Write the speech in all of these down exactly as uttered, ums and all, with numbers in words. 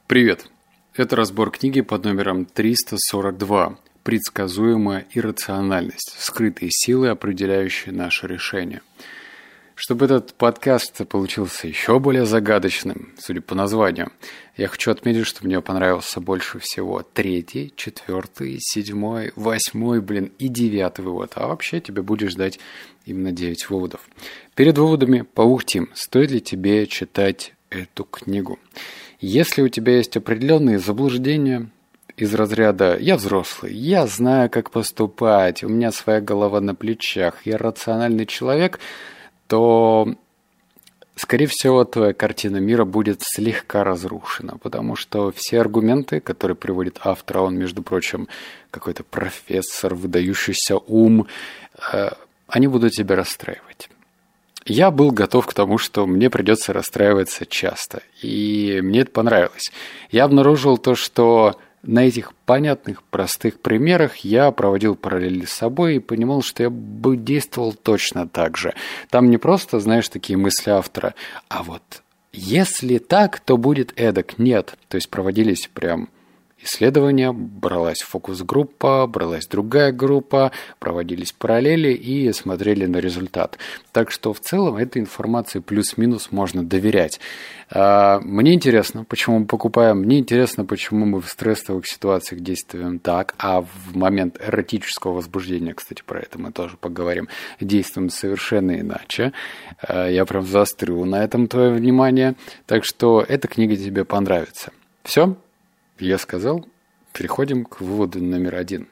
Привет! Это разбор книги под номером триста сорок два «Предсказуемая иррациональность. Скрытые силы, определяющие наши решения». Чтобы этот подкаст получился еще более загадочным, судя по названию, я хочу отметить, что мне понравился больше всего третий, четвертый, седьмой, восьмой, блин, и девятый вывод. А вообще тебе будет ждать именно девять выводов. Перед выводами поухтим, стоит ли тебе читать эту книгу. Если у тебя есть определенные заблуждения из разряда «я взрослый, я знаю, как поступать, у меня своя голова на плечах, я рациональный человек», то, скорее всего, твоя картина мира будет слегка разрушена, потому что все аргументы, которые приводит автор, а он, между прочим, какой-то профессор, выдающийся ум, они будут тебя расстраивать. Я был готов к тому, что мне придется расстраиваться часто, и мне это понравилось. Я обнаружил то, что на этих понятных, простых примерах я проводил параллели с собой и понимал, что я бы действовал точно так же. Там не просто, знаешь, такие мысли автора, а вот если так, то будет эдак. Нет. То есть проводились прям исследования, бралась фокус-группа, бралась другая группа, проводились параллели и смотрели на результат. Так что в целом этой информации плюс-минус можно доверять. Мне интересно, почему мы покупаем, мне интересно, почему мы в стрессовых ситуациях действуем так, а в момент эротического возбуждения, кстати, про это мы тоже поговорим, действуем совершенно иначе. Я прям заострю на этом твое внимание, так что эта книга тебе понравится. Все? Я сказал, переходим к выводу номер один.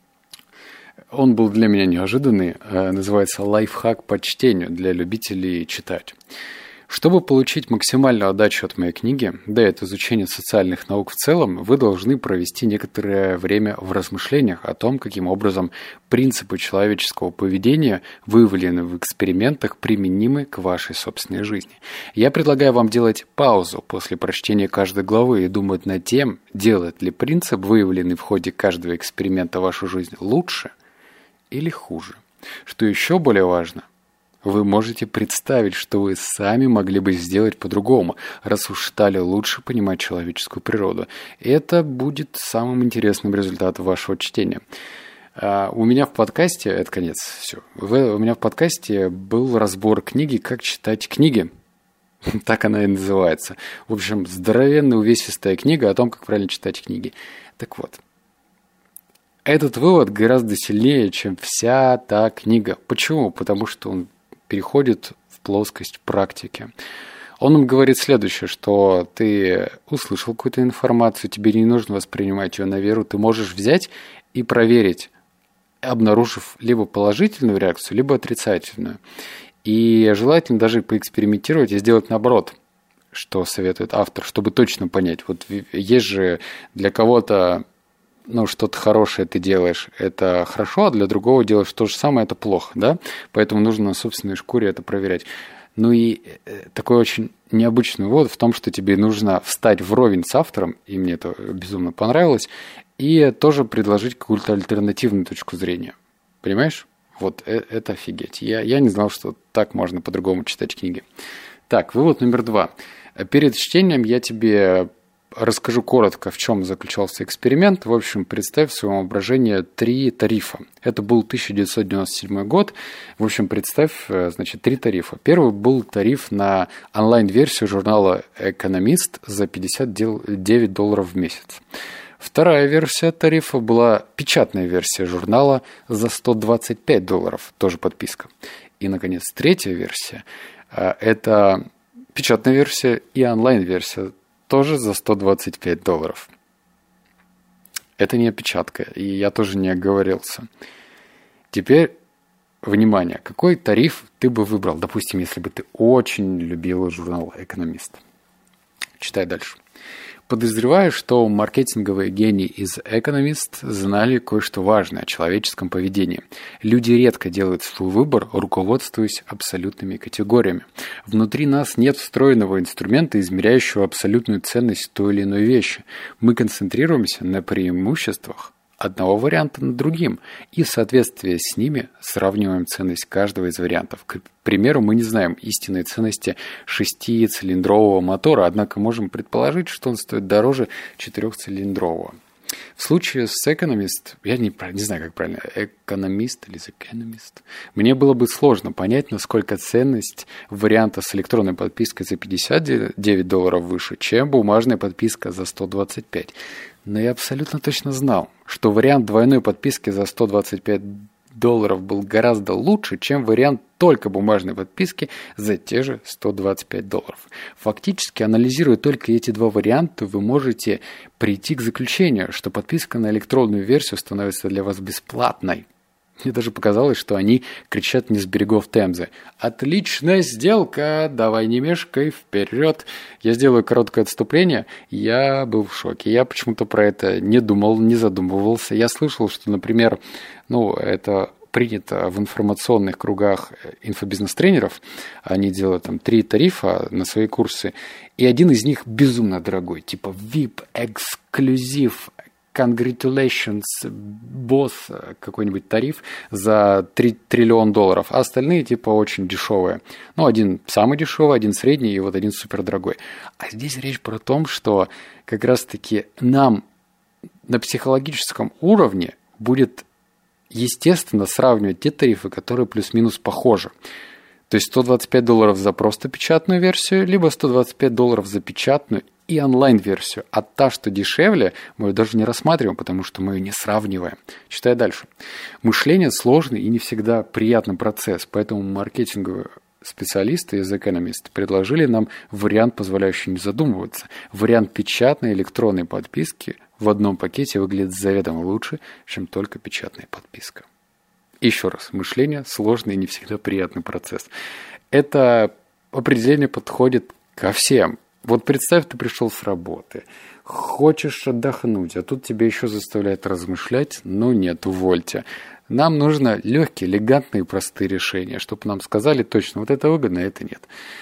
Он был для меня неожиданный, называется «Лайфхак по чтению для любителей читать». Чтобы получить максимальную отдачу от моей книги, да и от изучения социальных наук в целом, вы должны провести некоторое время в размышлениях о том, каким образом принципы человеческого поведения, выявленные в экспериментах, применимы к вашей собственной жизни. Я предлагаю вам делать паузу после прочтения каждой главы и думать над тем, делает ли принцип, выявленный в ходе каждого эксперимента, вашу жизнь лучше или хуже. Что еще более важно – вы можете представить, что вы сами могли бы сделать по-другому, раз уж стали лучше понимать человеческую природу. И это будет самым интересным результатом вашего чтения. А у меня в подкасте, это конец, все. У меня в подкасте был разбор книги «Как читать книги». Так она и называется. В общем, здоровенная увесистая книга о том, как правильно читать книги. Так вот. Этот вывод гораздо сильнее, чем вся та книга. Почему? Потому что он переходит в плоскость практики. Он им говорит следующее, что ты услышал какую-то информацию, тебе не нужно воспринимать ее на веру, ты можешь взять и проверить, обнаружив либо положительную реакцию, либо отрицательную. И желательно даже поэкспериментировать и сделать наоборот, что советует автор, чтобы точно понять. Вот есть же для кого-то ну, что-то хорошее ты делаешь, это хорошо, а для другого делаешь то же самое, это плохо, да? Поэтому нужно на собственной шкуре это проверять. Ну и такой очень необычный вывод в том, что тебе нужно встать вровень с автором, и мне это безумно понравилось, и тоже предложить какую-то альтернативную точку зрения. Понимаешь? Вот это офигеть. Я, я не знал, что так можно по-другому читать книги. Так, вывод номер два. Перед чтением я тебе расскажу коротко, в чем заключался эксперимент. В общем, представь в своем воображении три тарифа. Это был тысяча девятьсот девяносто седьмой год. В общем, представь, значит, три тарифа. Первый был тариф на онлайн-версию журнала «Экономист» за пятьдесят девять долларов в месяц. Вторая версия тарифа была печатная версия журнала за сто двадцать пять долларов, тоже подписка. И, наконец, третья версия – это печатная версия и онлайн-версия, тоже за сто двадцать пять долларов. Это не опечатка, и я тоже не оговорился. Теперь, внимание, какой тариф ты бы выбрал? Допустим, если бы ты очень любил журнал «Экономист». Читай дальше. Подозреваю, что маркетинговые гении из «Экономист» знали кое-что важное о человеческом поведении. Люди редко делают свой выбор, руководствуясь абсолютными категориями. Внутри нас нет встроенного инструмента, измеряющего абсолютную ценность той или иной вещи. Мы концентрируемся на преимуществах, одного варианта над другим и в соответствии с ними сравниваем ценность каждого из вариантов. К примеру, мы не знаем истинной ценности шестицилиндрового мотора, однако можем предположить, что он стоит дороже четырехцилиндрового. В случае с Economist, я не, не знаю, как правильно, Economist или Economist, мне было бы сложно понять, насколько ценность варианта с электронной подпиской за пятьдесят девять долларов выше, чем бумажная подписка за сто двадцать пять. Но я абсолютно точно знал, что вариант двойной подписки за сто двадцать пять долларов был гораздо лучше, чем вариант только бумажной подписки за те же сто двадцать пять долларов. Фактически, анализируя только эти два варианта, вы можете прийти к заключению, что подписка на электронную версию становится для вас бесплатной. Мне даже показалось, что они кричат не с берегов Темзы. «Отличная сделка! Давай не мешкай, вперед!» Я сделаю короткое отступление. Я был в шоке. Я почему-то про это не думал, не задумывался. Я слышал, что, например, ну, это принято в информационных кругах инфобизнес-тренеров. Они делают там три тарифа на свои курсы. И один из них безумно дорогой. Типа ви ай пи, эксклюзив, Congratulations, босс, какой-нибудь тариф за три триллиона долларов, а остальные типа очень дешевые. Ну, один самый дешевый, один средний и вот один супердорогой. А здесь речь про то, что как раз-таки нам на психологическом уровне будет естественно сравнивать те тарифы, которые плюс-минус похожи. То есть сто двадцать пять долларов за просто печатную версию, либо сто двадцать пять долларов за печатную и онлайн-версию. А та, что дешевле, мы ее даже не рассматриваем, потому что мы ее не сравниваем. Читаю дальше. Мышление сложный и не всегда приятный процесс, поэтому маркетинговые специалисты из Economist предложили нам вариант, позволяющий не задумываться. Вариант печатной электронной подписки в одном пакете выглядит заведомо лучше, чем только печатная подписка. Еще раз, мышление сложный и не всегда приятный процесс. Это определение подходит ко всем. Вот представь, ты пришел с работы, хочешь отдохнуть, а тут тебя еще заставляют размышлять. Ну нет, увольте. Нам нужно легкие, элегантные, простые решения, чтобы нам сказали точно, вот это выгодно, а это нет.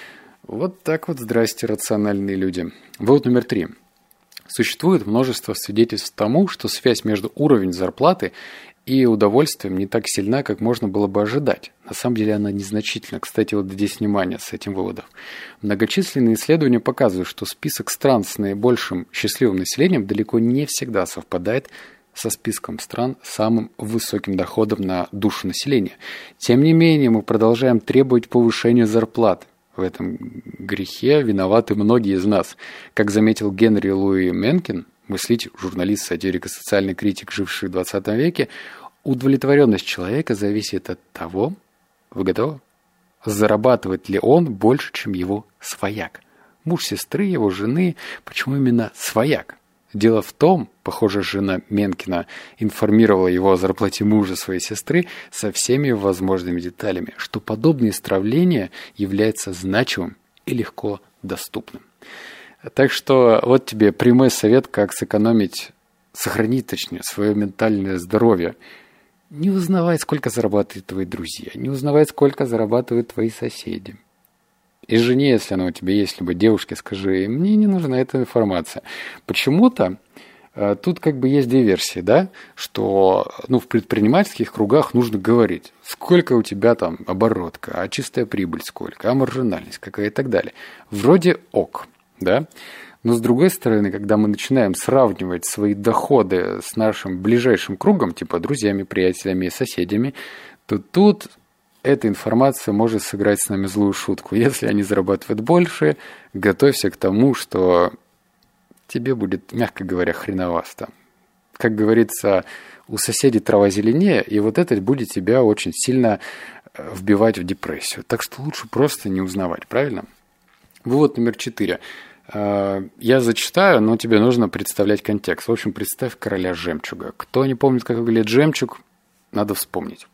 Вот так вот, здрасте, рациональные люди. Вывод номер три. Существует множество свидетельств тому, что связь между уровнем зарплаты и удовольствием не так сильна, как можно было бы ожидать. На самом деле она незначительна. Кстати, вот здесь внимание с этим выводом. Многочисленные исследования показывают, что список стран с наибольшим счастливым населением далеко не всегда совпадает со списком стран с самым высоким доходом на душу населения. Тем не менее, мы продолжаем требовать повышения зарплат. В этом грехе виноваты многие из нас. Как заметил Генри Луи Менкин, мыслитель, журналист, сатирик и социальный критик, живший в двадцатом веке, удовлетворенность человека зависит от того, вы готовы, зарабатывает ли он больше, чем его свояк. Муж сестры, его жены, почему именно свояк? Дело в том, похоже, жена Менкина информировала его о зарплате мужа своей сестры со всеми возможными деталями, что подобное исправление является значимым и легко доступным. Так что вот тебе прямой совет, как сэкономить, сохранить, точнее, свое ментальное здоровье. Не узнавай, сколько зарабатывают твои друзья, не узнавай, сколько зарабатывают твои соседи. И жене, если она у тебя есть, либо девушке, скажи, мне не нужна эта информация. Почему-то э, тут как бы есть две версии, да, что ну, в предпринимательских кругах нужно говорить, сколько у тебя там оборотка, а чистая прибыль сколько, а маржинальность какая и так далее. Вроде ок, да. Но с другой стороны, когда мы начинаем сравнивать свои доходы с нашим ближайшим кругом, типа друзьями, приятелями, соседями, то тут эта информация может сыграть с нами злую шутку. Если они зарабатывают больше, готовься к тому, что тебе будет, мягко говоря, хреновасто. Как говорится, у соседей трава зеленее, и вот это будет тебя очень сильно вбивать в депрессию. Так что лучше просто не узнавать, правильно? Вывод номер четыре. Я зачитаю, но тебе нужно представлять контекст. В общем, представь короля жемчуга. Кто не помнит, как выглядит жемчуг, надо вспомнить.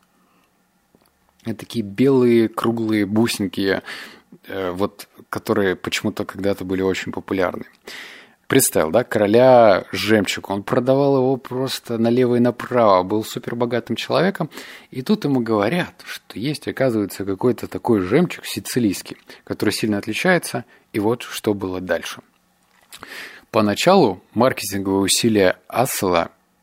Это такие белые, круглые бусинки, вот, которые почему-то когда-то были очень популярны. Представил, да, короля жемчуг. Он продавал его просто налево и направо. Был супербогатым человеком. И тут ему говорят, что есть, оказывается, какой-то такой жемчуг сицилийский, который сильно отличается. И вот что было дальше. Поначалу маркетинговые усилия Ассела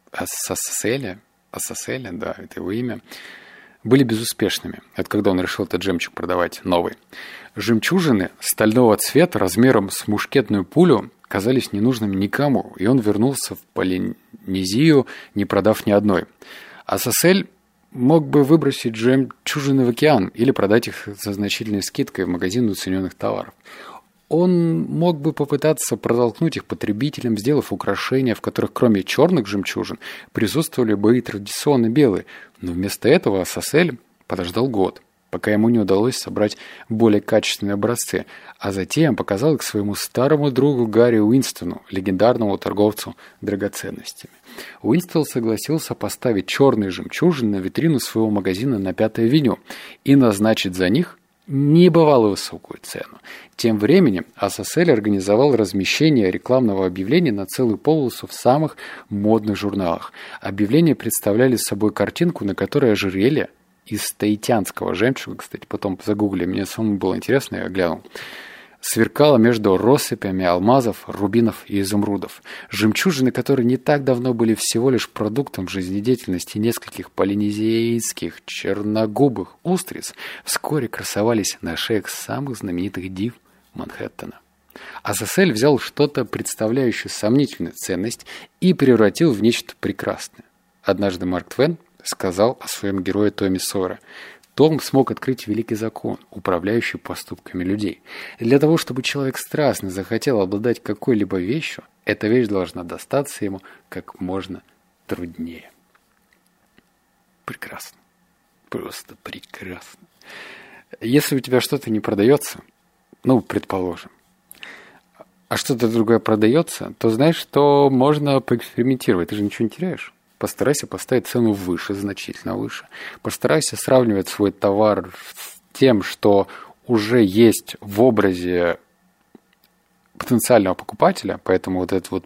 Асаселя, Асаселя, да, это его имя, были безуспешными. Это когда он решил этот жемчуг продавать новый. Жемчужины стального цвета размером с мушкетную пулю казались ненужными никому, и он вернулся в Полинезию, не продав ни одной. Асасель мог бы выбросить жемчужины в океан или продать их за значительной скидкой в магазин уцененных товаров. Он мог бы попытаться протолкнуть их потребителям, сделав украшения, в которых кроме черных жемчужин присутствовали бы и традиционно белые. Но вместо этого Асасель подождал год, пока ему не удалось собрать более качественные образцы, а затем показал их своему старому другу Гарри Уинстону, легендарному торговцу драгоценностями. Уинстон согласился поставить черные жемчужины на витрину своего магазина на Пятой авеню и назначить за них небывало высокую цену. Тем временем Асасель организовал размещение рекламного объявления на целую полосу в самых модных журналах. Объявления представляли собой картинку, на которой ожерелье из таитянского жемчуга, кстати, потом загугли, мне самому было интересно, я глянул, сверкало между россыпями алмазов, рубинов и изумрудов. Жемчужины, которые не так давно были всего лишь продуктом жизнедеятельности нескольких полинезийских черногубых устриц, вскоре красовались на шеях самых знаменитых див Манхэттена. Асасель взял что-то, представляющее сомнительную ценность, и превратил в нечто прекрасное. Однажды Марк Твен сказал о своем герое Томе Сойера: Том смог открыть великий закон, управляющий поступками людей. И для того, чтобы человек страстно захотел обладать какой-либо вещью, эта вещь должна достаться ему как можно труднее. Прекрасно. Просто прекрасно. Если у тебя что-то не продается, ну, предположим, а что-то другое продается, то знаешь, что можно поэкспериментировать. Ты же ничего не теряешь. Постарайся поставить цену выше, значительно выше. Постарайся сравнивать свой товар с тем, что уже есть в образе потенциального покупателя. Поэтому вот этот вот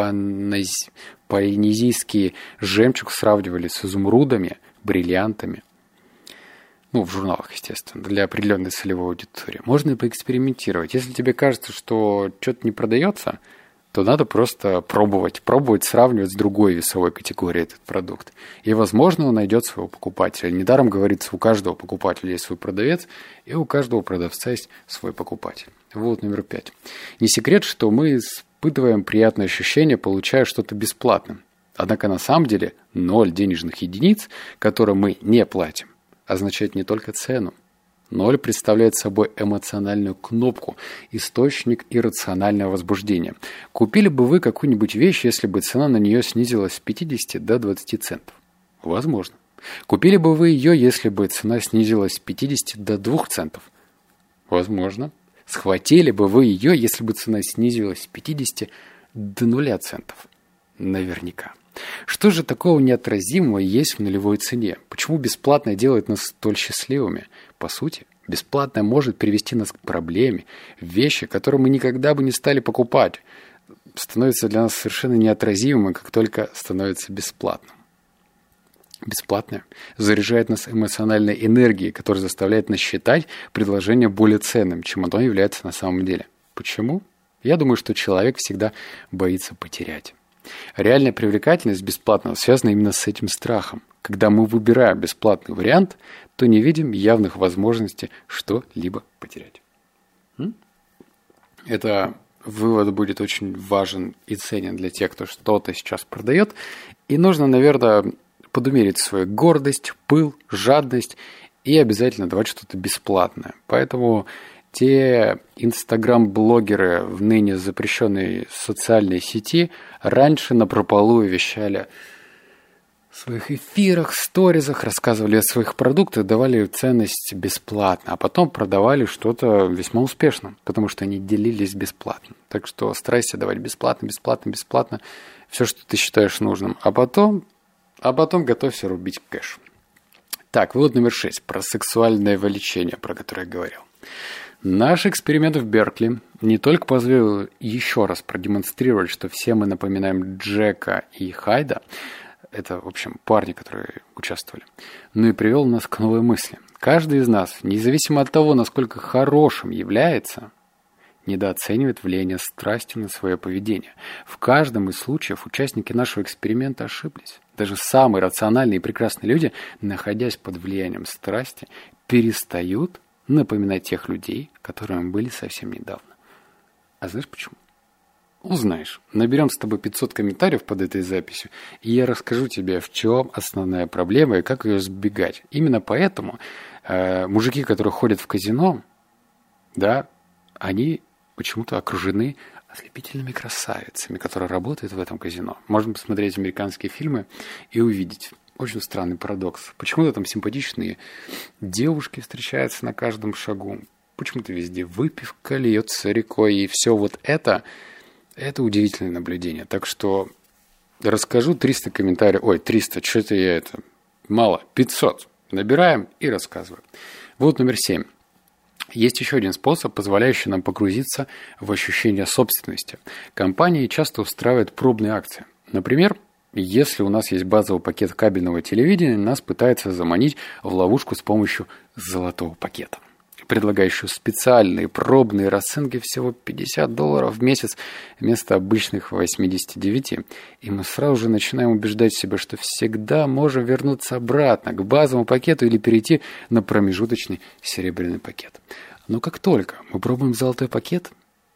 полинезийский жемчуг сравнивали с изумрудами, бриллиантами. Ну, в журналах, естественно, для определенной целевой аудитории. Можно и поэкспериментировать. Если тебе кажется, что что-то не продается, то надо просто пробовать, пробовать сравнивать с другой весовой категорией этот продукт. И, возможно, он найдет своего покупателя. Недаром говорится, у каждого покупателя есть свой продавец, и у каждого продавца есть свой покупатель. Вывод номер пять. Не секрет, что мы испытываем приятное ощущение, получая что-то бесплатно. Однако на самом деле ноль денежных единиц, которые мы не платим, означает не только цену. Ноль представляет собой эмоциональную кнопку, источник иррационального возбуждения. Купили бы вы какую-нибудь вещь, если бы цена на нее снизилась с пятидесяти до двадцати центов? Возможно. Купили бы вы ее, если бы цена снизилась с пятидесяти до двух центов? Возможно. Схватили бы вы ее, если бы цена снизилась с пятидесяти до нуля центов? Наверняка. Что же такого неотразимого есть в нулевой цене? Почему бесплатное делает нас столь счастливыми? По сути, бесплатное может привести нас к проблеме. Вещи, которые мы никогда бы не стали покупать, становятся для нас совершенно неотразимыми, как только становится бесплатным. Бесплатное заряжает нас эмоциональной энергией, которая заставляет нас считать предложение более ценным, чем оно является на самом деле. Почему? Я думаю, что человек всегда боится потерять. Реальная привлекательность бесплатного связана именно с этим страхом. Когда мы выбираем бесплатный вариант, то не видим явных возможностей что-либо потерять. Это вывод будет очень важен и ценен для тех, кто что-то сейчас продает. И нужно, наверное, подумерить свою гордость, пыл, жадность и обязательно давать что-то бесплатное. Поэтому те инстаграм-блогеры в ныне запрещенной социальной сети раньше напропалую вещали в своих эфирах, сторизах, рассказывали о своих продуктах, давали ценность бесплатно, а потом продавали что-то весьма успешно, потому что они делились бесплатно. Так что старайся давать бесплатно, бесплатно, бесплатно все, что ты считаешь нужным, а потом, а потом готовься рубить кэш. Так, вывод номер шесть про сексуальное влечение, про которое я говорил. Наш эксперимент в Беркли не только позволил еще раз продемонстрировать, что все мы напоминаем Джека и Хайда, это, в общем, парни, которые участвовали, но и привел нас к новой мысли. Каждый из нас, независимо от того, насколько хорошим является, недооценивает влияние страсти на свое поведение. В каждом из случаев участники нашего эксперимента ошиблись. Даже самые рациональные и прекрасные люди, находясь под влиянием страсти, перестают напоминать тех людей, которыми были совсем недавно. А знаешь почему? Узнаешь. Наберем с тобой пятьсот комментариев под этой записью, и я расскажу тебе, в чем основная проблема и как ее избегать. Именно поэтому э, мужики, которые ходят в казино, да, они почему-то окружены ослепительными красавицами, которые работают в этом казино. Можно посмотреть американские фильмы и увидеть. Очень странный парадокс. Почему-то там симпатичные девушки встречаются на каждом шагу. Почему-то везде выпивка льется рекой. И все вот это, это удивительное наблюдение. Так что расскажу триста комментариев. Ой, триста, что-то я это... Мало, пятьсот. Набираем и рассказываем. Вот номер семь. Есть еще один способ, позволяющий нам погрузиться в ощущение собственности. Компании часто устраивают пробные акции. Например, если у нас есть базовый пакет кабельного телевидения, нас пытаются заманить в ловушку с помощью золотого пакета, предлагающего специальные пробные расценки всего пятьдесят долларов в месяц вместо обычных восемьдесят девять. И мы сразу же начинаем убеждать себя, что всегда можем вернуться обратно к базовому пакету или перейти на промежуточный серебряный пакет. Но как только мы пробуем золотой пакет,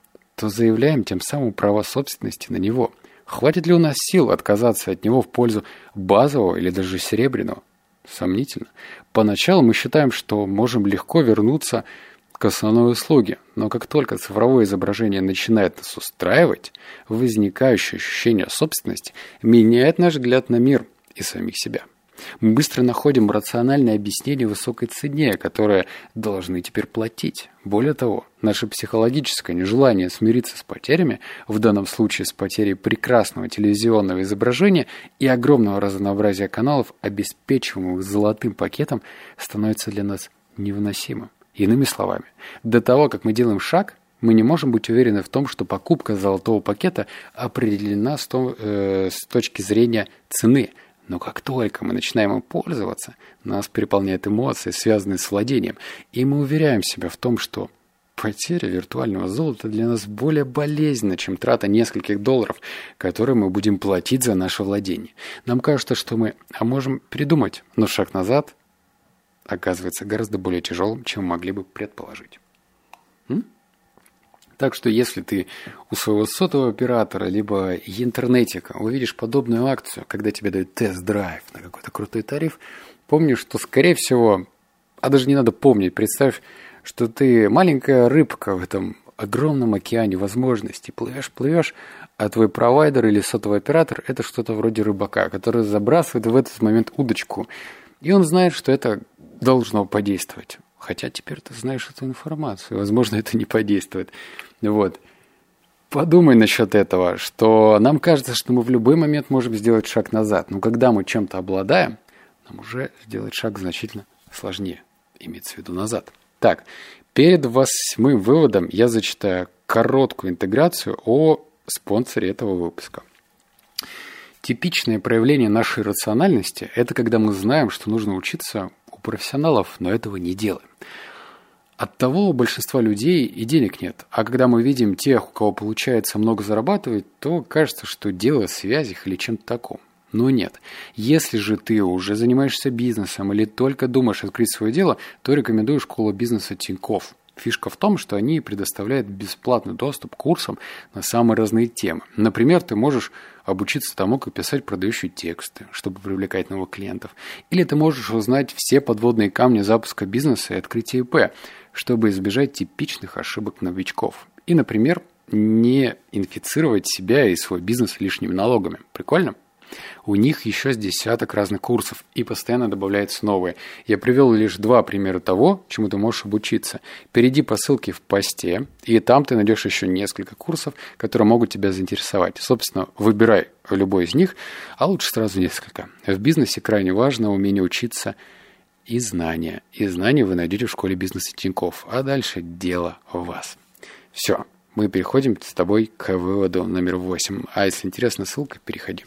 то заявляем тем самым право собственности на него. Хватит ли у нас сил отказаться от него в пользу базового или даже серебряного? Сомнительно. Поначалу мы считаем, что можем легко вернуться к основной услуге, но как только цифровое изображение начинает нас устраивать, возникающее ощущение собственности меняет наш взгляд на мир и самих себя. Мы быстро находим рациональное объяснение высокой цене, которое должны теперь платить. Более того, наше психологическое нежелание смириться с потерями, в данном случае с потерей прекрасного телевизионного изображения и огромного разнообразия каналов, обеспечиваемых золотым пакетом, становится для нас невыносимым. Иными словами, до того, как мы делаем шаг, мы не можем быть уверены в том, что покупка золотого пакета определена с, том, э, с точки зрения цены. Но как только мы начинаем им пользоваться, нас переполняют эмоции, связанные с владением, и мы уверяем себя в том, что потеря виртуального золота для нас более болезненна, чем трата нескольких долларов, которые мы будем платить за наше владение. Нам кажется, что мы а можем придумать, но шаг назад оказывается гораздо более тяжелым, чем мы могли бы предположить. М? Так что если ты у своего сотового оператора либо интернетика увидишь подобную акцию, когда тебе дают тест-драйв на какой-то крутой тариф, помни, что, скорее всего, а даже не надо помнить, представь, что ты маленькая рыбка в этом огромном океане возможностей. Плывешь, плывешь, а твой провайдер или сотовый оператор – это что-то вроде рыбака, который забрасывает в этот момент удочку. И он знает, что это должно подействовать. Хотя теперь ты знаешь эту информацию, возможно, это не подействует. Вот. Подумай насчет этого, что нам кажется, что мы в любой момент можем сделать шаг назад, но когда мы чем-то обладаем, нам уже сделать шаг значительно сложнее, имеется в виду назад. Так, перед восьмым выводом я зачитаю короткую интеграцию о спонсоре этого выпуска. Типичное проявление нашей рациональности – это когда мы знаем, что нужно учиться у профессионалов, но этого не делаем. Оттого у большинства людей и денег нет. А когда мы видим тех, у кого получается много зарабатывать, то кажется, что дело в связях или чем-то таком. Но нет. Если же ты уже занимаешься бизнесом или только думаешь открыть свое дело, то рекомендую школу бизнеса Тинькофф. Фишка в том, что они предоставляют бесплатный доступ к курсам на самые разные темы. Например, ты можешь обучиться тому, как писать продающие тексты, чтобы привлекать новых клиентов. Или ты можешь узнать все подводные камни запуска бизнеса и открытия ИП, чтобы избежать типичных ошибок новичков. И, например, не инфицировать себя и свой бизнес лишними налогами. Прикольно? У них еще с десяток разных курсов, и постоянно добавляются новые. Я привел лишь два примера того, чему ты можешь обучиться. Перейди по ссылке в посте, и там ты найдешь еще несколько курсов, которые могут тебя заинтересовать. Собственно, выбирай любой из них, а лучше сразу несколько. В бизнесе крайне важно умение учиться и знания. И знания вы найдете в школе бизнеса Тинькофф. А дальше дело в вас. Все, мы переходим с тобой к выводу номер восемь. А если интересна ссылка, переходи.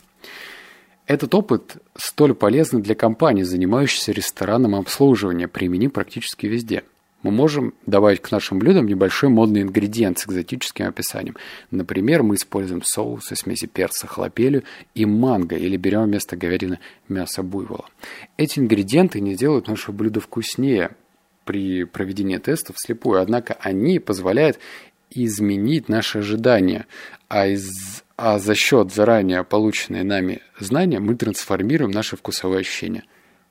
Этот опыт столь полезный для компаний, занимающихся ресторанным обслуживанием, применим практически везде. мы можем добавить к нашим блюдам небольшой модный ингредиент с экзотическим описанием. Например, мы используем соусы, смеси перца, халапеньо и манго, или берем вместо говядины мясо буйвола. Эти ингредиенты не делают наше блюдо вкуснее при проведении тестов вслепую, однако они позволяют изменить наши ожидания, а, из, а за счет заранее полученной нами знания мы трансформируем наши вкусовые ощущения.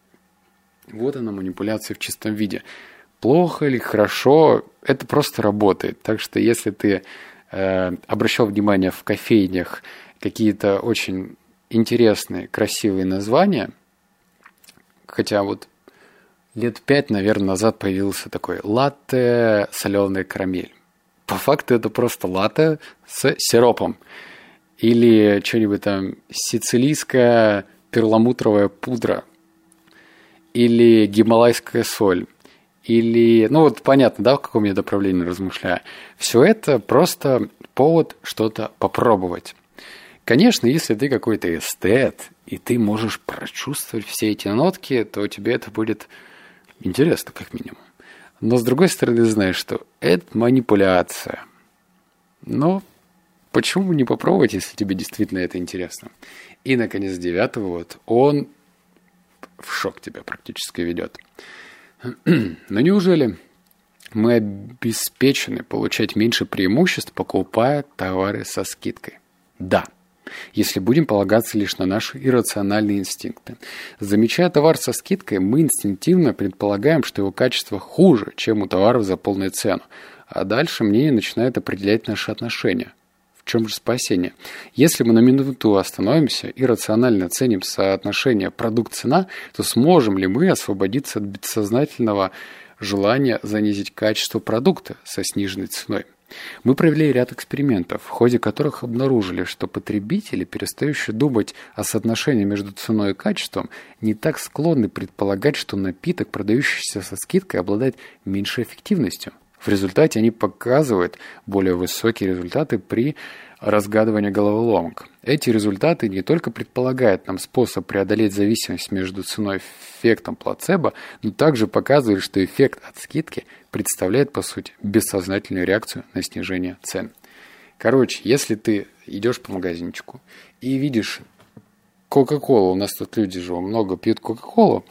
Вот она, манипуляция в чистом виде. Плохо или хорошо, это просто работает. Так что если ты э, обращал внимание в кофейнях какие-то очень интересные, красивые названия, хотя вот лет пять, наверное, назад появился такой латте соленая карамель. По факту это просто латте с сиропом. Или что-нибудь там сицилийская перламутровая пудра. Или гималайская соль. Или, ну вот понятно, да, в каком я направлении размышляю. Все это просто повод что-то попробовать. Конечно, если ты какой-то эстет, и ты можешь прочувствовать все эти нотки, то тебе это будет интересно, как минимум. Но, с другой стороны, знаешь, что это манипуляция. Но почему не попробовать, если тебе действительно это интересно? И, наконец, девятый вот, он в шок тебя практически ведет. Но неужели мы обеспечены получать меньше преимуществ, покупая товары со скидкой? Да. Если будем полагаться лишь на наши иррациональные инстинкты. Замечая товар со скидкой, мы инстинктивно предполагаем, что его качество хуже, чем у товаров за полную цену. А дальше мнение начинает определять наши отношения. В чем же спасение? Если мы на минуту остановимся и рационально оценим соотношение продукт-цена, то сможем ли мы освободиться от бессознательного желания занизить качество продукта со сниженной ценой? Мы провели ряд экспериментов, в ходе которых обнаружили, что потребители, перестающие думать о соотношении между ценой и качеством, не так склонны предполагать, что напиток, продающийся со скидкой, обладает меньшей эффективностью. В результате они показывают более высокие результаты при разгадывании головоломок. Эти результаты не только предполагают нам способ преодолеть зависимость между ценой и эффектом плацебо, но также показывают, что эффект от скидки представляет, по сути, бессознательную реакцию на снижение цен. Короче, если ты идешь по магазинчику и видишь Кока-Колу, у нас тут люди же много пьют Кока-Колу,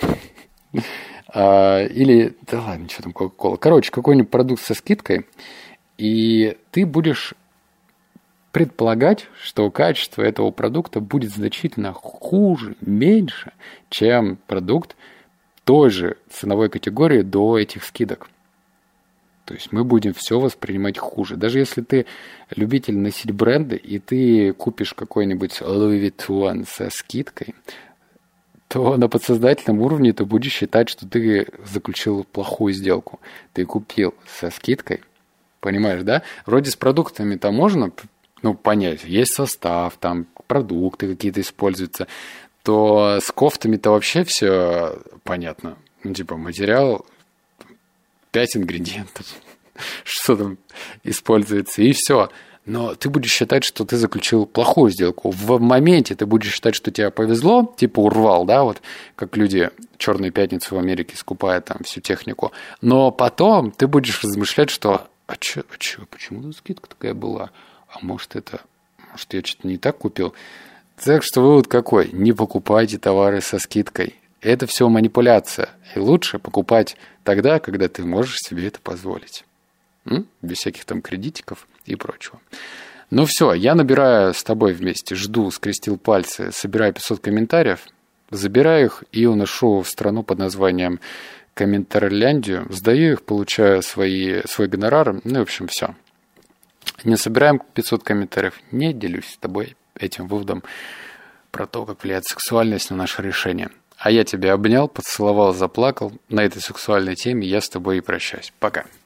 или, да ладно, что там Кока-Кола. Короче, какой-нибудь продукт со скидкой, и ты будешь предполагать, что качество этого продукта будет значительно хуже, меньше, чем продукт той же ценовой категории до этих скидок. То есть мы будем все воспринимать хуже. Даже если ты любитель носить бренды, и ты купишь какой-нибудь Louis Vuitton со скидкой, то на подсознательном уровне ты будешь считать, что ты заключил плохую сделку. Ты купил со скидкой, понимаешь, да? Вроде с продуктами-то можно, ну, понять, есть состав, там продукты какие-то используются, то с кофтами-то вообще все понятно. Ну, типа материал, пять ингредиентов, что там используется, и все. Но ты будешь считать, что ты заключил плохую сделку. В моменте ты будешь считать, что тебе повезло, типа урвал, да, вот как люди «Черную пятницу» в Америке скупают там всю технику. Но потом ты будешь размышлять, что а чё, а чё, почему скидка такая была? А может это, может я что-то не так купил? Так что вывод какой? Не покупайте товары со скидкой. Это все манипуляция. И лучше покупать тогда, когда ты можешь себе это позволить. М? Без всяких там кредитиков и прочего. Ну все, я набираю с тобой вместе, жду, скрестил пальцы, собираю пятьсот комментариев, забираю их и уношу в страну под названием Комментарляндию, сдаю их, получаю свои, свой гонорар, ну и в общем все. Не собираем пятьсот комментариев, не делюсь с тобой этим выводом про то, как влияет сексуальность на наше решение. А я тебя обнял, поцеловал, заплакал. На этой сексуальной теме я с тобой и прощаюсь. Пока.